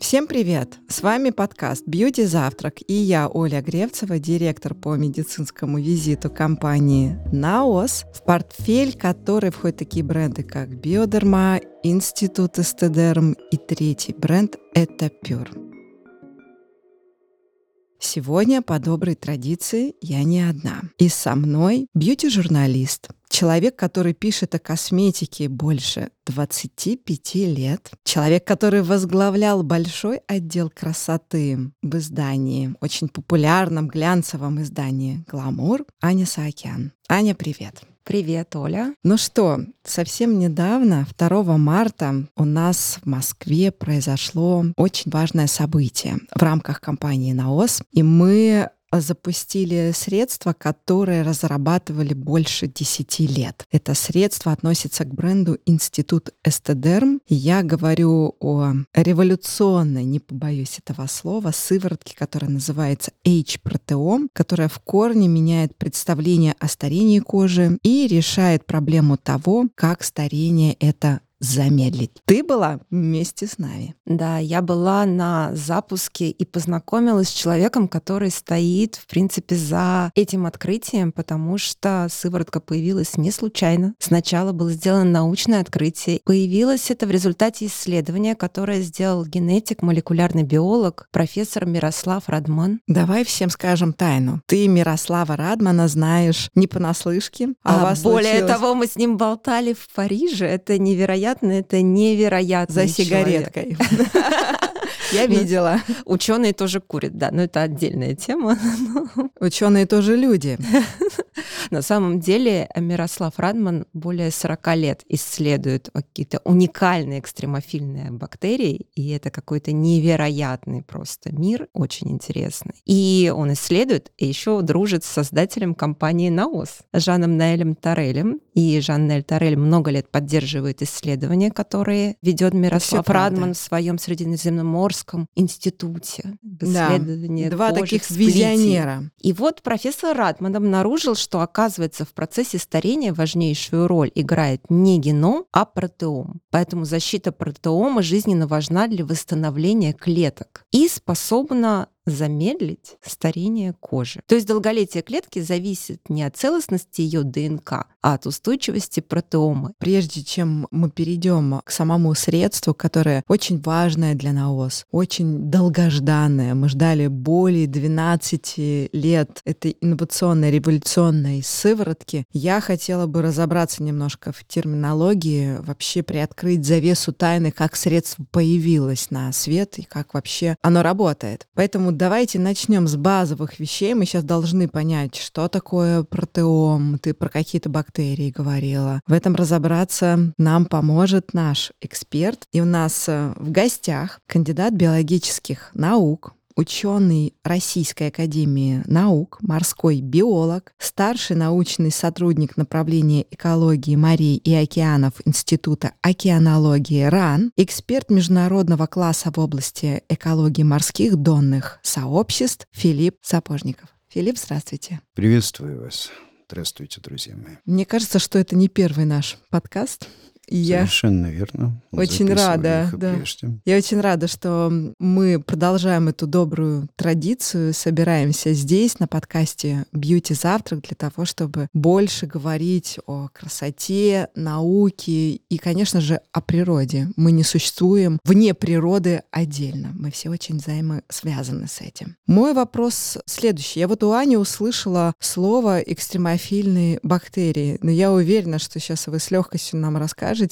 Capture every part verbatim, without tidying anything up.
Всем привет! С вами подкаст «Бьюти Завтрак» и я, Оля Гревцева, директор по медицинскому визиту компании «Наос», в портфель которой входят такие бренды, как «Биодерма», «Институт Эстедерм» и третий бренд — это «Пюр». Сегодня, по доброй традиции, я не одна. И со мной бьюти-журналист, человек, который пишет о косметике больше двадцати пяти лет, человек, который возглавлял большой отдел красоты в издании, очень популярном глянцевом издании «Гламур», Аня Саакян. Аня, привет! Привет, Оля. Ну что, совсем недавно, второго марта, у нас в Москве произошло очень важное событие в рамках компании «Наос», и мы запустили средства, которые разрабатывали больше десяти лет. Это средство относится к бренду «Институт Эстедерм». И я говорю о революционной, не побоюсь этого слова, сыворотке, которая называется H-протеом, которая в корне меняет представление о старении кожи и решает проблему того, как старение это замедлить. Ты была вместе с нами. Да, я была на запуске и познакомилась с человеком, который стоит, в принципе, за этим открытием, потому что сыворотка появилась не случайно. Сначала было сделано научное открытие. Появилось это в результате исследования, которое сделал генетик, молекулярный биолог, профессор Мирослав Радман. Давай всем скажем тайну. Ты Мирослава Радмана знаешь не понаслышке, а, а у вас более случилось... того, мы с ним болтали в Париже. Это невероятно. Это невероятно. За сигареткой. Я видела. Ученые тоже курят, да, но это отдельная тема. Ученые тоже люди. На самом деле Мирослав Радман более сорока лет исследует какие-то уникальные экстремофильные бактерии, и это какой-то невероятный просто мир, очень интересный. И он исследует и еще дружит с создателем компании «Наос» Жаном Наэлем Тарелем. И Жан Наэль Тарель много лет поддерживает исследования, которые ведет Мирослав Радман в своем Средиземноморском институте. Да, два таких визионера. И вот профессор Радман обнаружил, что, оказывается, в процессе старения важнейшую роль играет не геном, а протеом. Поэтому защита протеома жизненно важна для восстановления клеток и способна замедлить старение кожи. То есть долголетие клетки зависит не от целостности ее ДНК, а от устойчивости протеома. Прежде чем мы перейдем к самому средству, которое очень важное для НАОС, очень долгожданное, мы ждали более двенадцати лет этой инновационной, революционной сыворотки, я хотела бы разобраться немножко в терминологии, вообще приоткрыть завесу тайны, как средство появилось на свет и как вообще оно работает. Поэтому давайте начнем с базовых вещей. Мы сейчас должны понять, что такое протеом. Ты про какие-то бактерии говорила. В этом разобраться нам поможет наш эксперт. И у нас в гостях кандидат биологических наук, ученый Российской академии наук, морской биолог, старший научный сотрудник направления экологии морей и океанов Института океанологии РАН, эксперт международного класса в области экологии морских донных сообществ Филипп Сапожников. Филипп, здравствуйте. Приветствую вас. Здравствуйте, друзья мои. Мне кажется, что это не первый наш подкаст. И Совершенно я верно. Очень рада, да. Прежде. Я очень рада, что мы продолжаем эту добрую традицию, собираемся здесь на подкасте «Бьюти Завтрак» для того, чтобы больше говорить о красоте, науке и, конечно же, о природе. Мы не существуем вне природы отдельно. Мы все очень взаимосвязаны с этим. Мой вопрос следующий. Я вот у Ани услышала слово «экстремофильные бактерии», но я уверена, что сейчас вы с легкостью нам расскажете,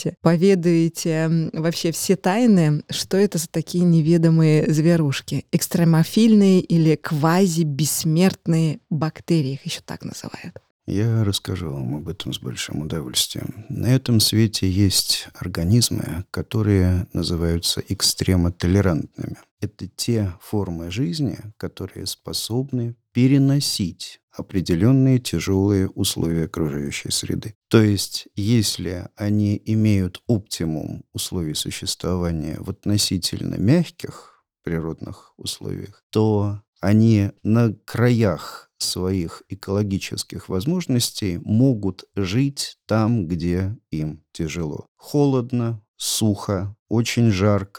поведаете вообще все тайны, что это за такие неведомые зверушки. Экстремофильные или квази-бессмертные бактерии, их еще так называют. Я расскажу вам об этом с большим удовольствием. На этом свете есть организмы, которые называются экстремотолерантными. Это те формы жизни, которые способны переносить определенные тяжелые условия окружающей среды. То есть, если они имеют оптимум условий существования в относительно мягких природных условиях, то они на краях своих экологических возможностей могут жить там, где им тяжело. Холодно, сухо, очень жарко,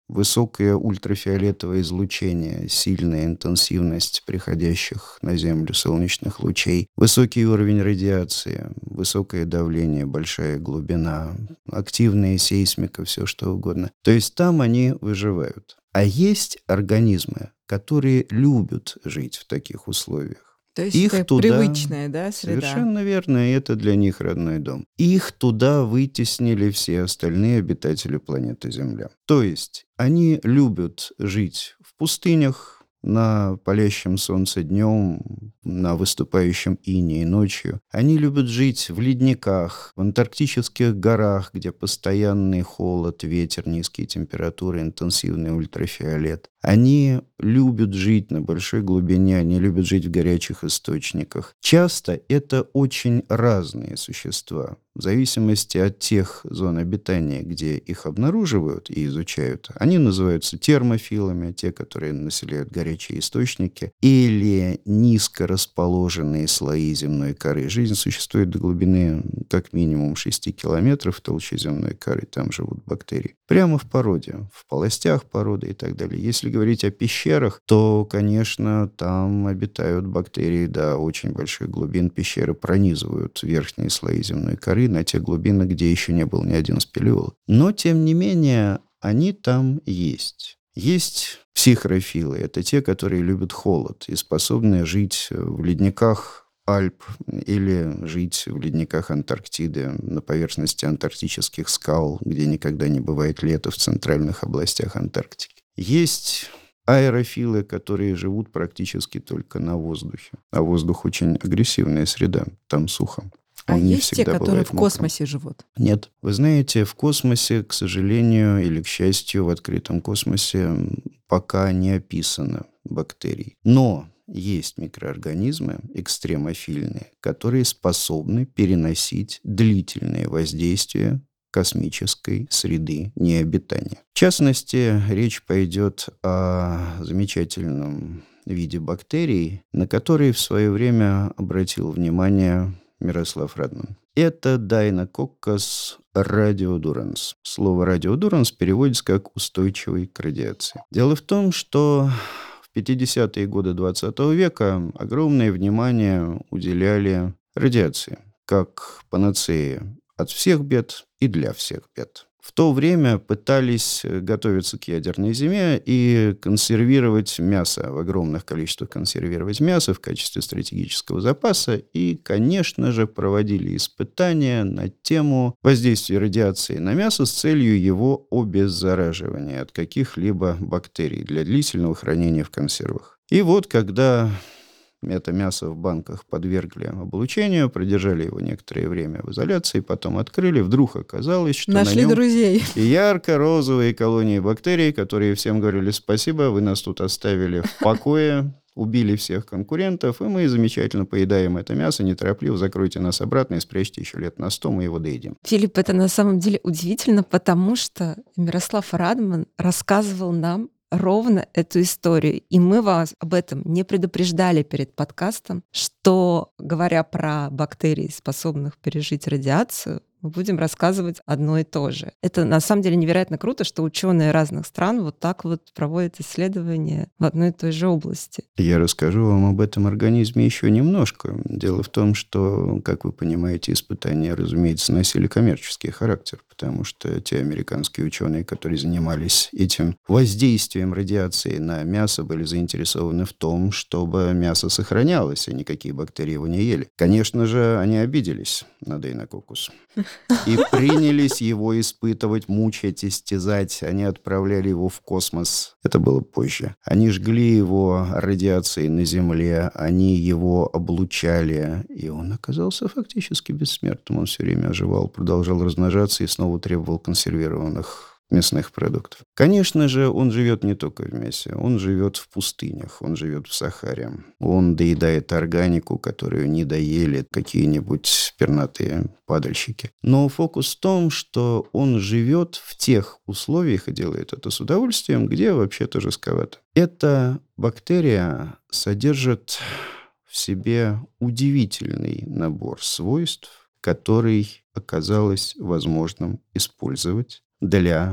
высокое ультрафиолетовое излучение, сильная интенсивность приходящих на Землю солнечных лучей, высокий уровень радиации, высокое давление, большая глубина, активная сейсмика, все что угодно. То есть там они выживают. А есть организмы, которые любят жить в таких условиях. То есть Их это туда... привычная, да, среда? Совершенно верно, и это для них родной дом. Их туда вытеснили все остальные обитатели планеты Земля. То есть они любят жить в пустынях, на палящем солнце днем, на выступающем инее ночью. Они любят жить в ледниках, в антарктических горах, где постоянный холод, ветер, низкие температуры, интенсивный ультрафиолет. Они любят жить на большой глубине, они любят жить в горячих источниках. Часто это очень разные существа. В зависимости от тех зон обитания, где их обнаруживают и изучают, они называются термофилами, те, которые населяют горячие источники, или низко расположенные слои земной коры. Жизнь существует до глубины как минимум шести километров в толще земной коры, там живут бактерии. Прямо в породе, в полостях породы и так далее. Если говорить о пещерах, то, конечно, там обитают бактерии до очень больших глубин. Пещеры пронизывают верхние слои земной коры на те глубины, где еще не был ни один спелеолог. Но, тем не менее, они там есть. Есть психрофилы. Это те, которые любят холод и способны жить в ледниках Альп или жить в ледниках Антарктиды, на поверхности антарктических скал, где никогда не бывает лета в центральных областях Антарктики. Есть аэрофилы, которые живут практически только на воздухе. А воздух очень агрессивная среда, там сухо. А Он не есть те, всегда которые бывает в мокрым. космосе живут? Нет. Вы знаете, в космосе, к сожалению или к счастью, в открытом космосе пока не описано бактерий. Но есть микроорганизмы экстремофильные, которые способны переносить длительное воздействие космической среды необитания. В частности, речь пойдет о замечательном виде бактерий, на которые в свое время обратил внимание Мирослав Радман. Это Deinococcus radiodurans. Слово radiodurans переводится как «устойчивый к радиации». Дело в том, что в пятидесятые годы двадцатого века огромное внимание уделяли радиации, как панацеи от всех бед и для всех бед. В то время пытались готовиться к ядерной зиме и консервировать мясо, в огромных количествах консервировать мясо в качестве стратегического запаса. И, конечно же, проводили испытания на тему воздействия радиации на мясо с целью его обеззараживания от каких-либо бактерий для длительного хранения в консервах. И вот, когда это мясо в банках подвергли облучению, продержали его некоторое время в изоляции, потом открыли. Вдруг оказалось, что Нашли на нем друзей. ярко-розовые колонии бактерий, которые всем говорили: спасибо, вы нас тут оставили в покое, убили всех конкурентов, и мы замечательно поедаем это мясо, неторопливо закройте нас обратно и спрячьте еще лет на сто, мы его доедим. Филипп, это на самом деле удивительно, потому что Мирослав Радман рассказывал нам ровно эту историю. И мы вас об этом не предупреждали перед подкастом, что, говоря про бактерий, способных пережить радиацию, мы будем рассказывать одно и то же. Это на самом деле невероятно круто, что ученые разных стран вот так вот проводят исследования в одной и той же области. Я расскажу вам об этом организме еще немножко. Дело в том, что, как вы понимаете, испытания, разумеется, носили коммерческий характер, потому что те американские ученые, которые занимались этим воздействием радиации на мясо, были заинтересованы в том, чтобы мясо сохранялось, и никакие бактерии его не ели. Конечно же, они обиделись на Deinococcus и принялись его испытывать, мучать, истязать. Они отправляли его в космос. Это было позже. Они жгли его радиацией на Земле, они его облучали, и он оказался фактически бессмертным. Он все время оживал, продолжал размножаться и снова требовал консервированных мясных продуктов. Конечно же, он живет не только в мясе, он живет в пустынях, он живет в Сахаре. Он доедает органику, которую не доели какие-нибудь пернатые падальщики. Но фокус в том, что он живет в тех условиях и делает это с удовольствием, где вообще-то жестковато. Эта бактерия содержит в себе удивительный набор свойств, который оказалось возможным использовать для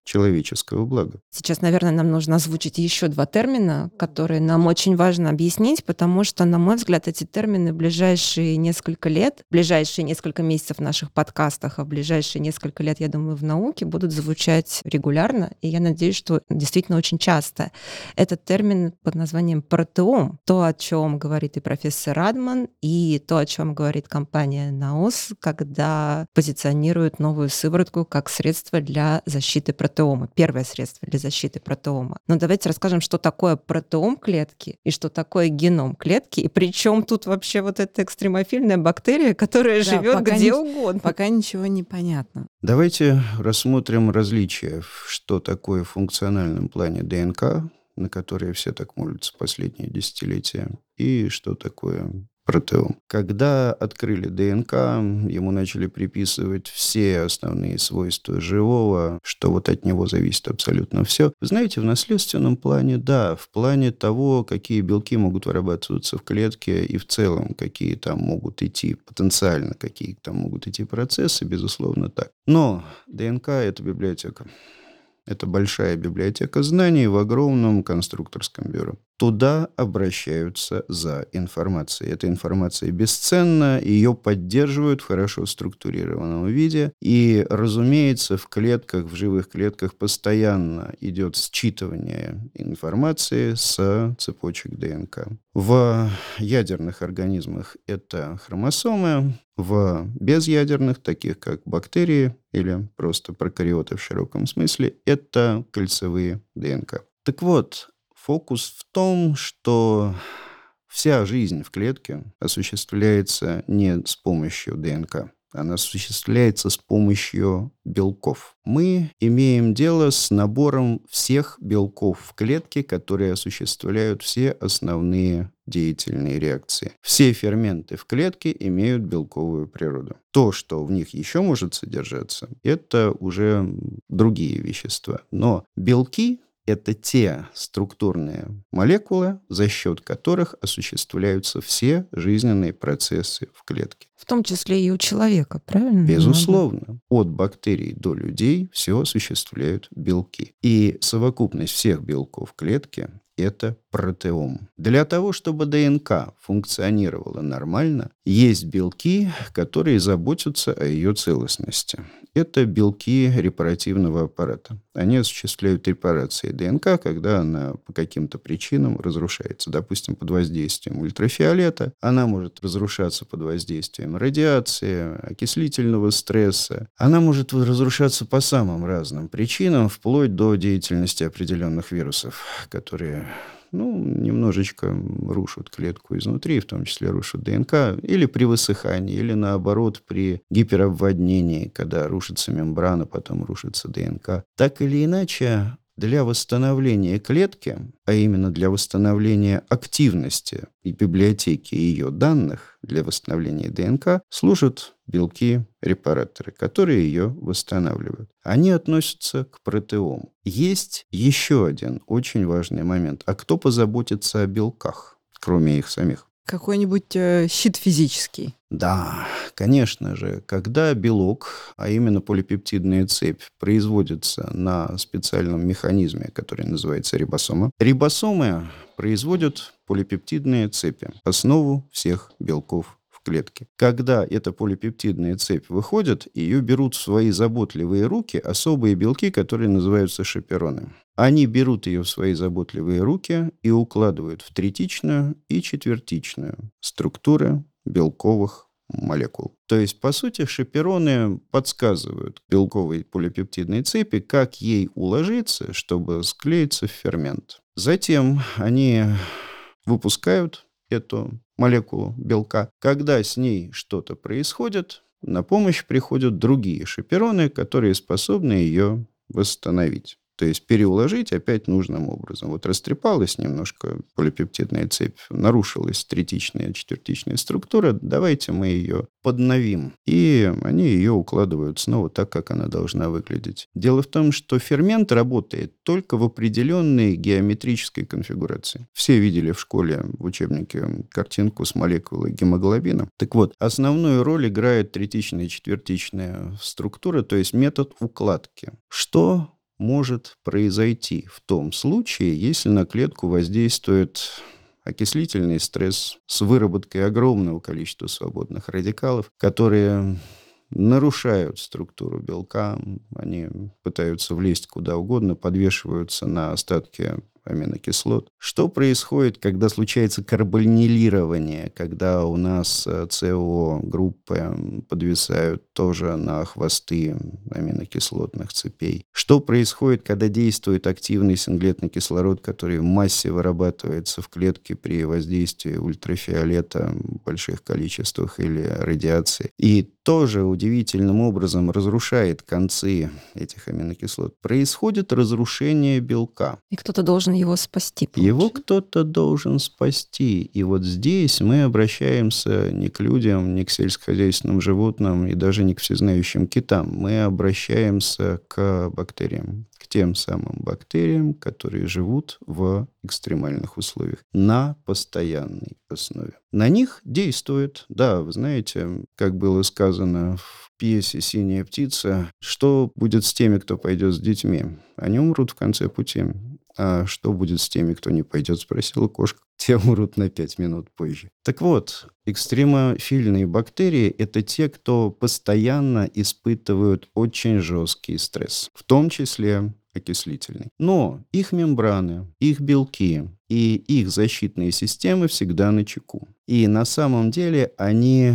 человеческого блага. Сейчас, наверное, нам нужно озвучить еще два термина, которые нам очень важно объяснить, потому что, на мой взгляд, эти термины в ближайшие несколько лет, в ближайшие несколько месяцев в наших подкастах, а в ближайшие несколько лет, я думаю, в науке будут звучать регулярно, и я надеюсь, что действительно очень часто. Этот термин под названием протеом, то, о чем говорит и профессор Радман, и то, о чем говорит компания наос, когда позиционирует новую сыворотку как средство для защиты протеома. Первое средство для защиты протеома. Но давайте расскажем, что такое протеом клетки и что такое геном клетки, и при чем тут вообще вот эта экстремофильная бактерия, которая Да, живет пока где не- угодно. Пока ничего не понятно. Давайте рассмотрим различия, что такое в функциональном плане ДНК, на которые все так молятся последние десятилетия, и что такое протеом. Когда открыли ДНК, ему начали приписывать все основные свойства живого, что вот от него зависит абсолютно все. Вы знаете, в наследственном плане, да, в плане того, какие белки могут вырабатываться в клетке и в целом, какие там могут идти, потенциально какие там могут идти процессы, безусловно, так. Но ДНК – это библиотека. Это большая библиотека знаний в огромном конструкторском бюро. Туда обращаются за информацией. Эта информация бесценна, ее поддерживают в хорошо структурированном виде. И, разумеется, в клетках, в живых клетках постоянно идет считывание информации с цепочек ДНК. В ядерных организмах это хромосомы, в безъядерных, таких как бактерии или просто прокариоты в широком смысле, это кольцевые ДНК. Так вот, фокус в том, что вся жизнь в клетке осуществляется не с помощью ДНК. Она осуществляется с помощью белков. Мы имеем дело с набором всех белков в клетке, которые осуществляют все основные деятельные реакции. Все ферменты в клетке имеют белковую природу. То, что в них еще может содержаться, это уже другие вещества. Но белки – это те структурные молекулы, за счет которых осуществляются все жизненные процессы в клетке. В том числе и у человека, правильно? Безусловно. От бактерий до людей все осуществляют белки. И совокупность всех белков клетки – это протеом. Для того, чтобы ДНК функционировала нормально, есть белки, которые заботятся о ее целостности. Это белки репаративного аппарата. Они осуществляют репарации ДНК, когда она по каким-то причинам разрушается. Допустим, под воздействием ультрафиолета. Она может разрушаться под воздействием радиации, окислительного стресса. Она может разрушаться по самым разным причинам, вплоть до деятельности определенных вирусов, которые, ну, немножечко рушат клетку изнутри, в том числе рушат ДНК, или при высыхании, или наоборот при гиперобводнении, когда рушится мембрана, потом рушится ДНК. Так или иначе, для восстановления клетки, а именно для восстановления активности и библиотеки ее данных, для восстановления ДНК, служат белки-репараторы, которые ее восстанавливают. Они относятся к протеому. Есть еще один очень важный момент. А кто позаботится о белках, кроме их самих? Какой-нибудь э, щит физический. Да, конечно же, когда белок, а именно полипептидная цепь, производится на специальном механизме, который называется рибосома, рибосомы производят полипептидные цепи, основу всех белков в клетке. Когда эта полипептидная цепь выходит, ее берут в свои заботливые руки особые белки, которые называются шапероны. Они берут ее в свои заботливые руки и укладывают в третичную и четвертичную структуры белковых молекул. То есть, по сути, шапероны подсказывают белковой полипептидной цепи, как ей уложиться, чтобы склеиться в фермент. Затем они выпускают эту молекулу белка. Когда с ней что-то происходит, на помощь приходят другие шапероны, которые способны ее восстановить. То есть переуложить опять нужным образом. Вот растрепалась немножко полипептидная цепь, нарушилась третичная, четвертичная структура, давайте мы ее подновим. И они ее укладывают снова так, как она должна выглядеть. Дело в том, что фермент работает только в определенной геометрической конфигурации. Все видели в школе в учебнике картинку с молекулой гемоглобина. Так вот, основную роль играет третичная и четвертичная структура, то есть метод укладки. Что может произойти в том случае, если на клетку воздействует окислительный стресс с выработкой огромного количества свободных радикалов, которые нарушают структуру белка, они пытаются влезть куда угодно, подвешиваются на остатки аминокислот. Что происходит, когда случается карбонилирование, когда у нас СО-группы подвисают тоже на хвосты аминокислотных цепей? Что происходит, когда действует активный синглетный кислород, который в массе вырабатывается в клетке при воздействии ультрафиолета в больших количествах или радиации, и тоже удивительным образом разрушает концы этих аминокислот? Происходит разрушение белка. И кто-то должен его спасти. Его получается. кто-то должен спасти. И вот здесь мы обращаемся не к людям, не к сельскохозяйственным животным и даже не к всезнающим китам. Мы обращаемся к бактериям, к тем самым бактериям, которые живут в экстремальных условиях на постоянной основе. На них действует, да, вы знаете, как было сказано в пьесе «Синяя птица», что будет с теми, кто пойдет с детьми? Они умрут в конце пути. А что будет с теми, кто не пойдет, спросила кошка. Те умрут на пять минут позже. Так вот, экстремофильные бактерии – это те, кто постоянно испытывают очень жесткий стресс, в том числе окислительный. Но их мембраны, их белки и их защитные системы всегда начеку. И на самом деле они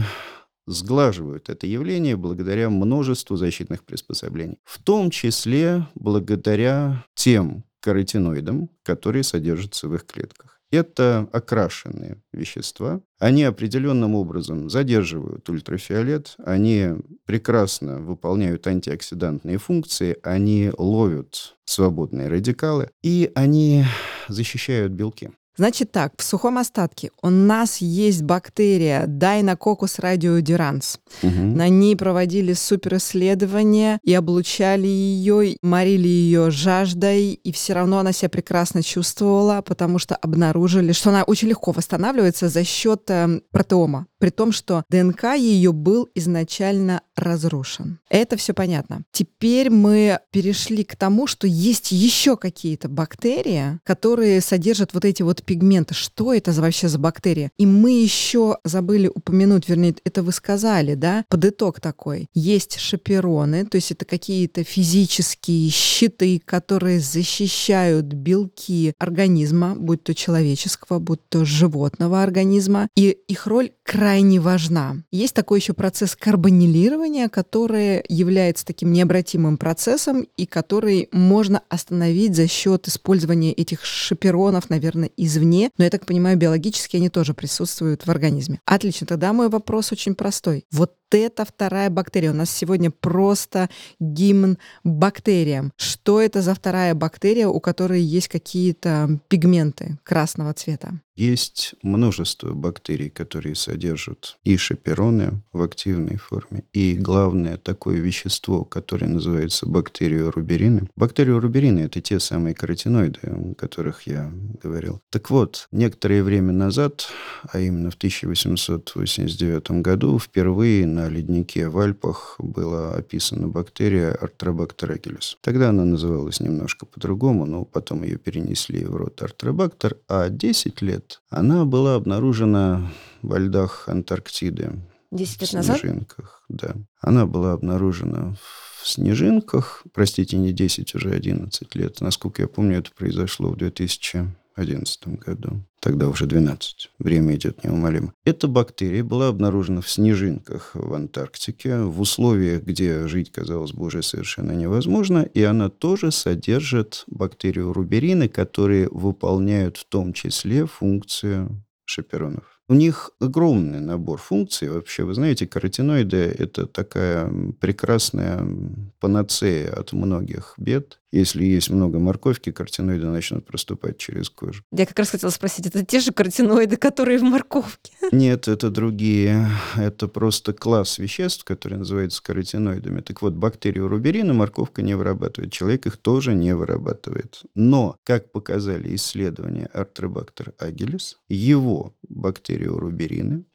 сглаживают это явление благодаря множеству защитных приспособлений, в том числе благодаря тем каротиноидам, которые содержатся в их клетках. Это окрашенные вещества. Они определенным образом задерживают ультрафиолет, они прекрасно выполняют антиоксидантные функции, они ловят свободные радикалы, и они защищают белки. Значит так, в сухом остатке у нас есть бактерия Deinococcus radioiodurans. Угу. На ней проводили суперисследования и облучали ее, морили ее жаждой, и все равно она себя прекрасно чувствовала, потому что обнаружили, что она очень легко восстанавливается за счет э, протеома, при том, что ДНК ее был изначально разрушен. Это все понятно. Теперь мы перешли к тому, что есть еще какие-то бактерии, которые содержат вот эти вот пигменты. Что это за вообще за бактерии? И мы еще забыли упомянуть, вернее, это вы сказали, да, под итог такой. Есть шапероны, то есть это какие-то физические щиты, которые защищают белки организма, будь то человеческого, будь то животного организма, и их роль крайне важна. Есть такой еще процесс карбонилирования, который является таким необратимым процессом и который можно остановить за счет использования этих шаперонов, наверное, извне. Но я так понимаю, биологически они тоже присутствуют в организме. Отлично, тогда мой вопрос очень простой. Вот это вторая бактерия. У нас сегодня просто гимн бактериям. Что это за вторая бактерия, у которой есть какие-то пигменты красного цвета? Есть множество бактерий, которые содержат и шапероны в активной форме, и главное такое вещество, которое называется бактериоруберины. Бактериоруберины – это те самые каротиноиды, о которых я говорил. Так вот, некоторое время назад, а именно в тысяча восемьсот восемьдесят девятом году, впервые на леднике в Альпах была описана бактерия Artrobacter agilis. Тогда она называлась немножко по-другому, но потом ее перенесли в род Artrobacter, а десять лет она была обнаружена во льдах Антарктиды. Десять лет в назад? снежинках, да. Она была обнаружена в снежинках, простите, не десять, уже одиннадцать лет. Насколько я помню, это произошло в две тысячи одиннадцатом году. Тогда уже двенадцать. Время идет неумолимо. Эта бактерия была обнаружена в снежинках в Антарктике, в условиях, где жить, казалось бы, уже совершенно невозможно, и она тоже содержит бактериоруберины, которые выполняют в том числе функцию шаперонов. У них огромный набор функций. Вообще, вы знаете, каротиноиды – это такая прекрасная панацея от многих бед. Если есть много морковки, каротиноиды начнут проступать через кожу. Я как раз хотела спросить, это те же каротиноиды, которые в морковке? Нет, это другие. Это просто класс веществ, которые называются каротиноидами. Так вот, бактериоруберины морковка не вырабатывает. Человек их тоже не вырабатывает. Но, как показали исследования Artrobacter agilis, его бактериоруберины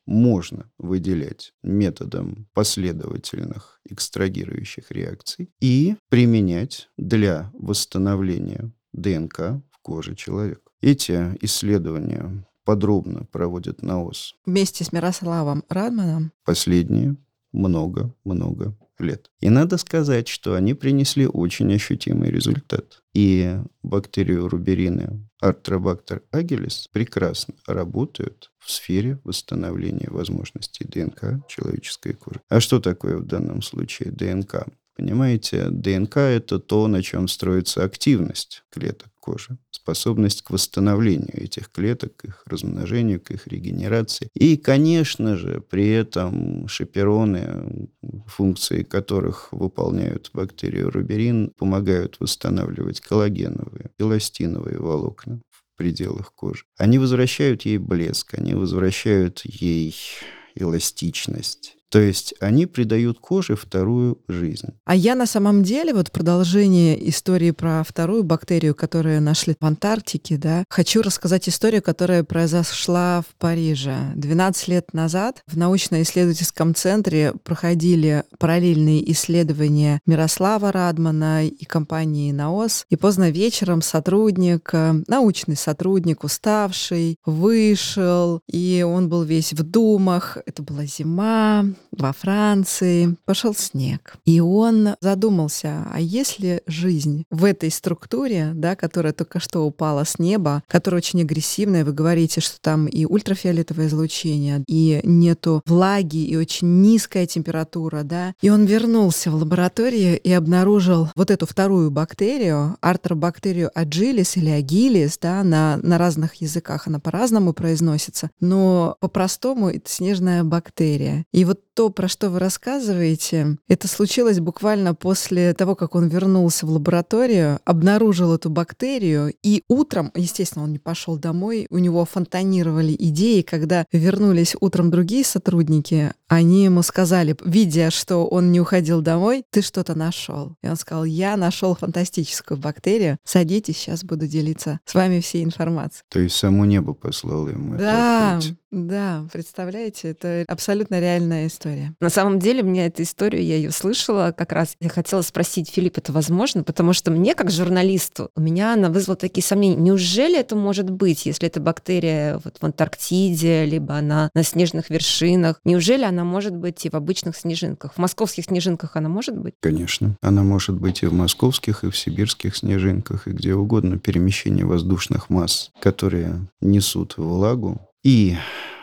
можно выделять методом последовательных экстрагирующих реакций и применять для восстановления ДНК в коже человека. Эти исследования подробно проводит НАОС. Вместе с Мирославом Радманом? Последние много-много лет. И надо сказать, что они принесли очень ощутимый результат. И бактерию руберины Artrobacter agilis прекрасно работают в сфере восстановления возможностей ДНК человеческой кожи. А что такое в данном случае ДНК? Понимаете, ДНК – это то, на чем строится активность клеток кожи, способность к восстановлению этих клеток, к их размножению, к их регенерации. И, конечно же, при этом шапероны, функции которых выполняют бактерию руберин, помогают восстанавливать коллагеновые, эластиновые волокна в пределах кожи. Они возвращают ей блеск, они возвращают ей эластичность. То есть они придают коже вторую жизнь. А я на самом деле, вот в продолжение истории про вторую бактерию, которую нашли в Антарктике, да, хочу рассказать историю, которая произошла в Париже. двенадцать лет назад в научно-исследовательском центре проходили параллельные исследования Мирослава Радмана и компании НАОС. И поздно вечером сотрудник, научный сотрудник, уставший, вышел, и он был весь в думах. Это была зима, во Франции, пошел снег. И он задумался, а если жизнь в этой структуре, да, которая только что упала с неба, которая очень агрессивная, вы говорите, что там и ультрафиолетовое излучение, и нету влаги, и очень низкая температура, да. И он вернулся в лабораторию и обнаружил вот эту вторую бактерию, Artrobacter agilis или agilis, да, на, на разных языках она по-разному произносится, но по-простому это снежная бактерия. И вот то, про что вы рассказываете, это случилось буквально после того, как он вернулся в лабораторию, обнаружил эту бактерию, и утром, естественно, он не пошел домой, у него фонтанировали идеи, когда вернулись утром другие сотрудники, они ему сказали, видя, что он не уходил домой, ты что-то нашел. И он сказал, я нашел фантастическую бактерию, садитесь, сейчас буду делиться с вами всей информацией. То есть само небо послало ему да, это открытие. Да, представляете, это абсолютно реальная история. На самом деле, мне эту историю, я ее слышала, как раз я хотела спросить, Филипп, это возможно? Потому что мне, как журналисту, у меня она вызвала такие сомнения. Неужели это может быть, если это бактерия вот в Антарктиде, либо она на снежных вершинах? Неужели она может быть и в обычных снежинках? В московских снежинках она может быть? Конечно. Она может быть и в московских, и в сибирских снежинках, и где угодно. Перемещение воздушных масс, которые несут влагу. И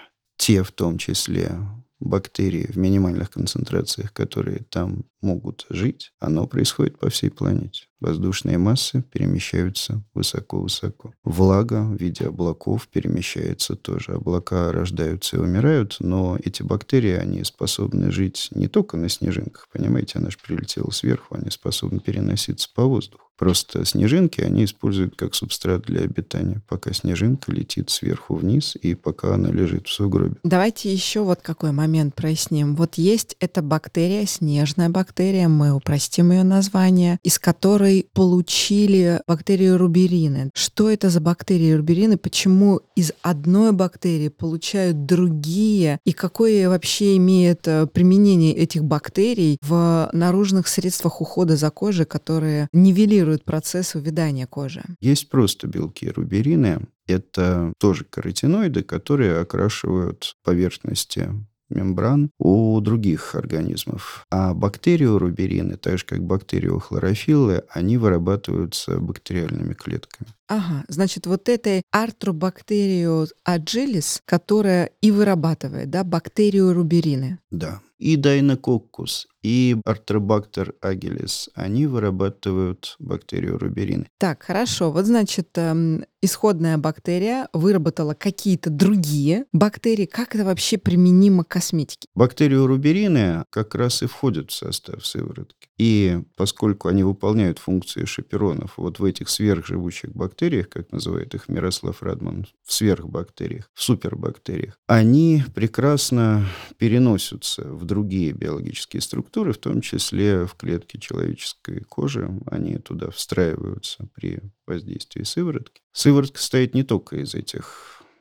те, в том числе, бактерии в минимальных концентрациях, которые там могут жить, оно происходит по всей планете. Воздушные массы перемещаются высоко-высоко. Влага в виде облаков перемещается тоже. Облака рождаются и умирают, но эти бактерии, они способны жить не только на снежинках, понимаете, она же прилетела сверху, они способны переноситься по воздуху. Просто снежинки они используют как субстрат для обитания, пока снежинка летит сверху вниз и пока она лежит в сугробе. Давайте еще вот какой момент проясним. Вот есть эта бактерия, снежная бактерия, мы упростим ее название, из которой получили бактерию руберины. Что это за бактерии руберины? Почему из одной бактерии получают другие? И какое вообще имеет применение этих бактерий в наружных средствах ухода за кожей, которые нивелируют процесс увядания кожи? Есть просто белки руберины. Это тоже каротиноиды, которые окрашивают поверхности мембран у других организмов. А бактерию руберины, так же как бактерию хлорофиллы, они вырабатываются бактериальными клетками. Ага, значит, вот этой Artrobacter agilis, которая и вырабатывает, да, бактерию руберины. Да. И Deinococcus, и Artrobacter agilis, они вырабатывают бактерию руберины. Так, хорошо. Вот, значит, эм, исходная бактерия выработала какие-то другие бактерии. Как это вообще применимо к косметике? Бактерию руберины как раз и входят в состав сыворотки. И поскольку они выполняют функции шаперонов вот в этих сверхживучих бактериях, как называет их Мирослав Радман, в сверхбактериях, в супербактериях, они прекрасно переносятся в другие биологические структуры, в том числе в клетки человеческой кожи. Они туда встраиваются при воздействии сыворотки. Сыворотка состоит не только из этих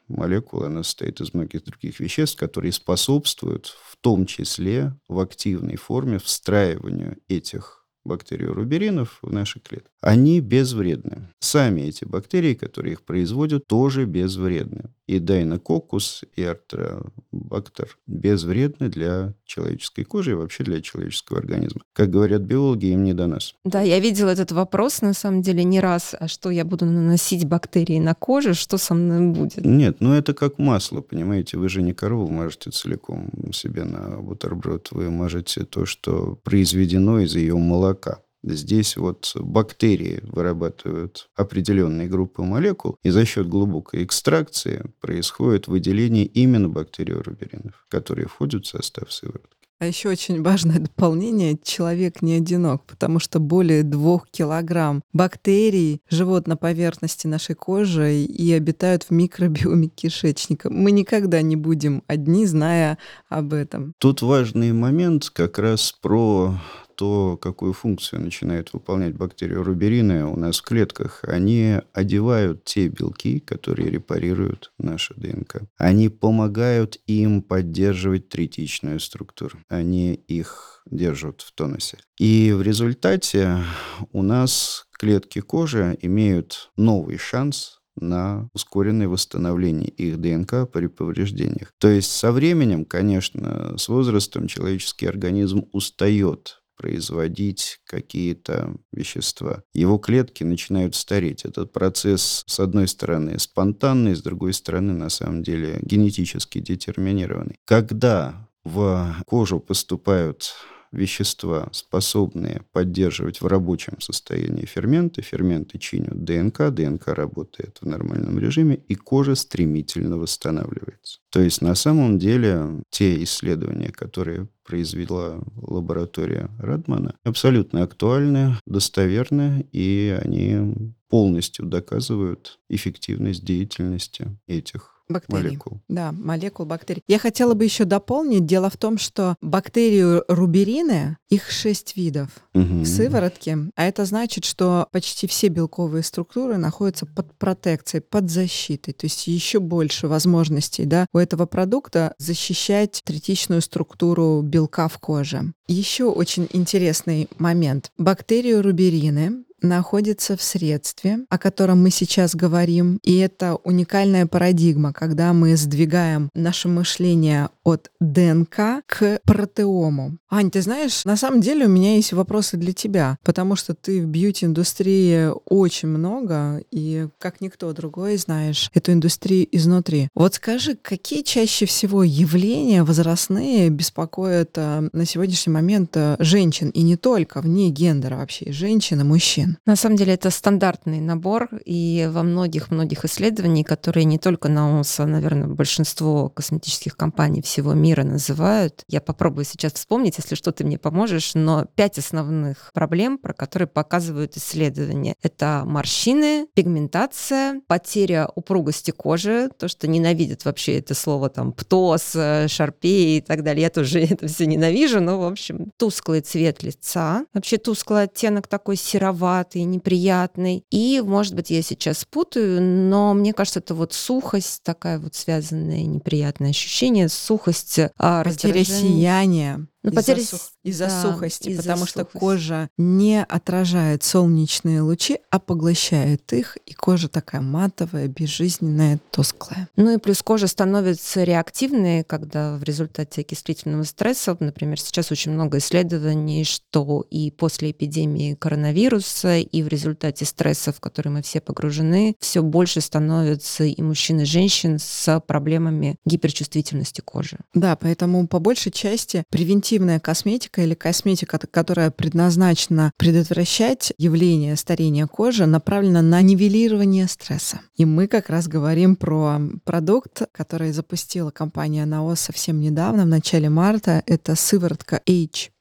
молекула, она состоит из многих других веществ, которые способствуют в том числе в активной форме встраиванию этих бактериоруберинов в наши клетки. Они безвредны. Сами эти бактерии, которые их производят, тоже безвредны. И дайнококкус, и артробактер безвредны для человеческой кожи и вообще для человеческого организма. Как говорят биологи, им не до нас. Да, я видела этот вопрос, на самом деле, не раз. А что я буду наносить бактерии на коже? Что со мной будет? Нет, ну это как масло, понимаете? Вы же не корову мажете целиком себе на бутерброд. Вы мажете то, что произведено из ее молока. Здесь вот бактерии вырабатывают определенные группы молекул, и за счет глубокой экстракции происходит выделение именно бактериоруберинов, которые входят в состав сыворотки. А еще очень важное дополнение: человек не одинок, потому что более двух килограмм бактерий живут на поверхности нашей кожи и обитают в микробиоме кишечника. Мы никогда не будем одни, зная об этом. Тут важный момент как раз про то, какую функцию начинают выполнять бактериоруберины у нас в клетках. Они одевают те белки, которые репарируют нашу ДНК. Они помогают им поддерживать третичную структуру. Они их держат в тонусе. И в результате у нас клетки кожи имеют новый шанс на ускоренное восстановление их ДНК при повреждениях. То есть со временем, конечно, с возрастом человеческий организм устает производить какие-то вещества. Его клетки начинают стареть. Этот процесс, с одной стороны, спонтанный, с другой стороны, на самом деле, генетически детерминированный. Когда в кожу поступают вещества, способные поддерживать в рабочем состоянии ферменты. Ферменты чинят ДНК, ДНК работает в нормальном режиме, и кожа стремительно восстанавливается. То есть на самом деле те исследования, которые произвела лаборатория Радмана, абсолютно актуальны, достоверны, и они полностью доказывают эффективность деятельности этих Бактерий. молекул. Да, молекул бактерий. Я хотела бы еще дополнить. Дело в том, что бактерии руберины, их шесть видов Угу. в сыворотке, а это значит, что почти все белковые структуры находятся под протекцией, под защитой. То есть еще больше возможностей, да, у этого продукта защищать третичную структуру белка в коже. Еще очень интересный момент. Бактерии руберины находится в средстве, о котором мы сейчас говорим. И это уникальная парадигма, когда мы сдвигаем наше мышление от ДНК к протеому. Ань, ты знаешь, на самом деле у меня есть вопросы для тебя, потому что ты в бьюти-индустрии очень много, и как никто другой знаешь эту индустрию изнутри. Вот скажи, какие чаще всего явления возрастные беспокоят а, на сегодняшний момент а, женщин, и не только, вне гендера вообще, и женщин, и мужчин? На самом деле это стандартный набор, и во многих-многих исследованиях, которые не только НАОС, а, наверное, большинство косметических компаний всего мира называют. Я попробую сейчас вспомнить, если что, ты мне поможешь, но пять основных проблем, про которые показывают исследования. Это морщины, пигментация, потеря упругости кожи, то, что ненавидят вообще это слово, там, птоз, шарпей и так далее. Я тоже это все ненавижу, но, в общем, тусклый цвет лица, вообще тусклый оттенок такой сероватый, неприятный. И, может быть, я сейчас путаю, но мне кажется, это вот сухость, такая вот связанная, неприятное ощущение, сухость, Потеря раздражение. сияния. Ну, Из-за, потеря сух- с- из-за да, сухости, из-за потому что сухости. кожа не отражает солнечные лучи, а поглощает их, и кожа такая матовая, безжизненная, тусклая. Ну и плюс кожа становится реактивной, когда в результате окислительного стресса, например, сейчас очень много исследований, что и после эпидемии коронавируса, и в результате стрессов, в которые мы все погружены, все больше становится и мужчин, и женщин с проблемами гиперчувствительности кожи. Да, поэтому по большей части превентивная косметика или косметика, которая предназначена предотвращать явление старения кожи, направлена на нивелирование стресса. И мы как раз говорим про продукт, который запустила компания НАОС совсем недавно, в начале марта. Это сыворотка эйч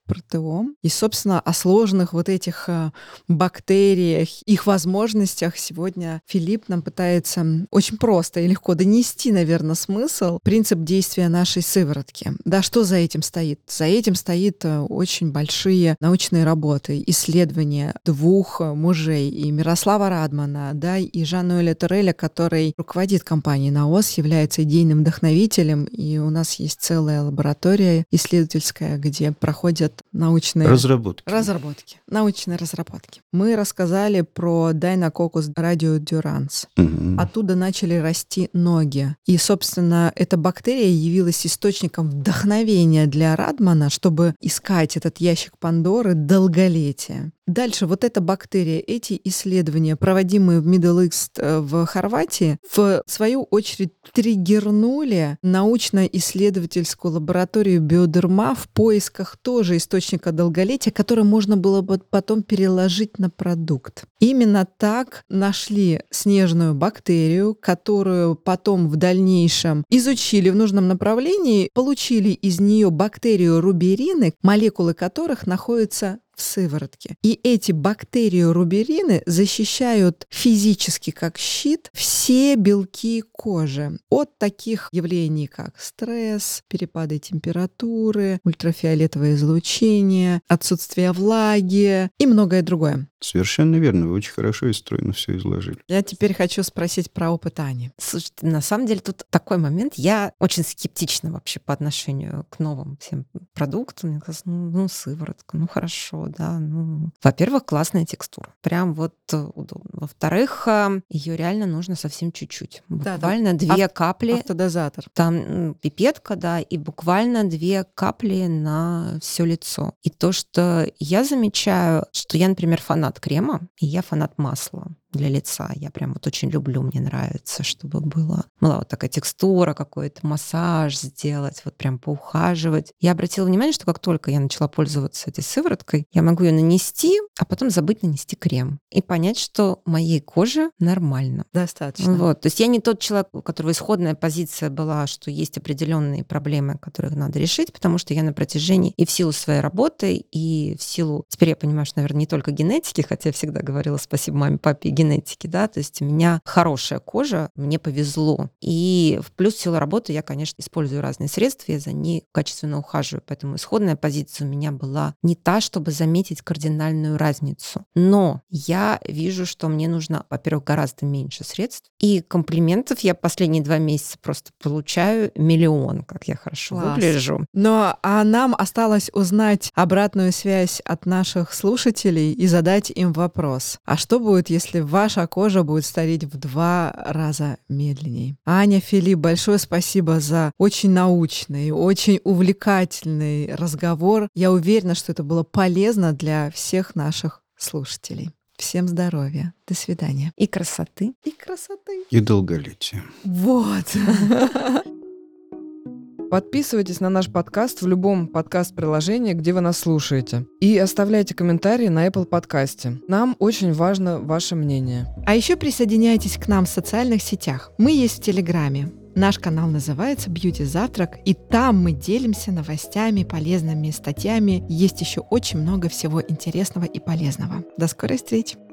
протеом. И, собственно, о сложных вот этих бактериях, их возможностях сегодня Филипп нам пытается очень просто и легко донести, наверное, смысл, принцип действия нашей сыворотки. Да, что за этим стоит? За этим стоит очень большие научные работы, исследования двух мужей, и Мирослава Радмана, да, и Жан-Ноэля Туреля, который руководит компанией наос, является идейным вдохновителем, и у нас есть целая лаборатория исследовательская, где проходят научные разработки. разработки, научные разработки. Мы рассказали про Deinococcus radiodurans. Угу. Оттуда начали расти ноги. И, собственно, эта бактерия явилась источником вдохновения для Радмана, чтобы искать этот ящик Пандоры долголетия. Дальше вот эта бактерия, эти исследования, проводимые в Middle East в Хорватии, в свою очередь триггернули научно-исследовательскую лабораторию Биодерма в поисках тоже источника долголетия, который можно было бы потом переложить на продукт. Именно так нашли снежную бактерию, которую потом в дальнейшем изучили в нужном направлении, получили из нее бактерию руберины, молекулы которых находятся в сыворотке. И эти бактерии-руберины защищают физически как щит все белки кожи от таких явлений, как стресс, перепады температуры, ультрафиолетовое излучение, отсутствие влаги и многое другое. Совершенно верно. Вы очень хорошо и стройно все изложили. Я теперь хочу спросить про опыт Ани. Слушайте, на самом деле тут такой момент. Я очень скептична вообще по отношению к новым всем продуктам. Мне кажется, ну, ну сыворотка, ну хорошо, да. Ну. Во-первых, классная текстура. Прям вот удобно. Во-вторых, ее реально нужно совсем чуть-чуть. Буквально да, да. две Ав- капли. Автодозатор. Там пипетка, да, и буквально две капли на все лицо. И то, что я замечаю, что я, например, фанат крема, и я фанат масла для лица. Я прям вот очень люблю, мне нравится, чтобы было, была вот такая текстура, какой-то массаж сделать, вот прям поухаживать. Я обратила внимание, что как только я начала пользоваться этой сывороткой, я могу ее нанести, а потом забыть нанести крем. И понять, что моей коже нормально. Достаточно. Вот. То есть я не тот человек, у которого исходная позиция была, что есть определенные проблемы, которые надо решить, потому что я на протяжении и в силу своей работы, и в силу, теперь я понимаю, что, наверное, не только генетики, хотя я всегда говорила спасибо маме, папе и генетики, да, то есть у меня хорошая кожа, мне повезло. И в плюс в силу работы я, конечно, использую разные средства, я за ней качественно ухаживаю, поэтому исходная позиция у меня была не та, чтобы заметить кардинальную разницу. Но я вижу, что мне нужно, во-первых, гораздо меньше средств, и комплиментов я последние два месяца просто получаю миллион, как я хорошо Класс. Выгляжу. Но а нам осталось узнать обратную связь от наших слушателей и задать им вопрос. А что будет, если ваша кожа будет стареть в два раза медленнее? Аня, Филипп, большое спасибо за очень научный, очень увлекательный разговор. Я уверена, что это было полезно для всех наших слушателей. Всем здоровья. До свидания. И красоты. И красоты. И долголетия. Вот. Подписывайтесь на наш подкаст в любом подкаст-приложении, где вы нас слушаете. И оставляйте комментарии на Apple подкасте. Нам очень важно ваше мнение. А еще присоединяйтесь к нам в социальных сетях. Мы есть в Телеграме. Наш канал называется «Бьюти Завтрак», и там мы делимся новостями, полезными статьями. Есть еще очень много всего интересного и полезного. До скорой встречи!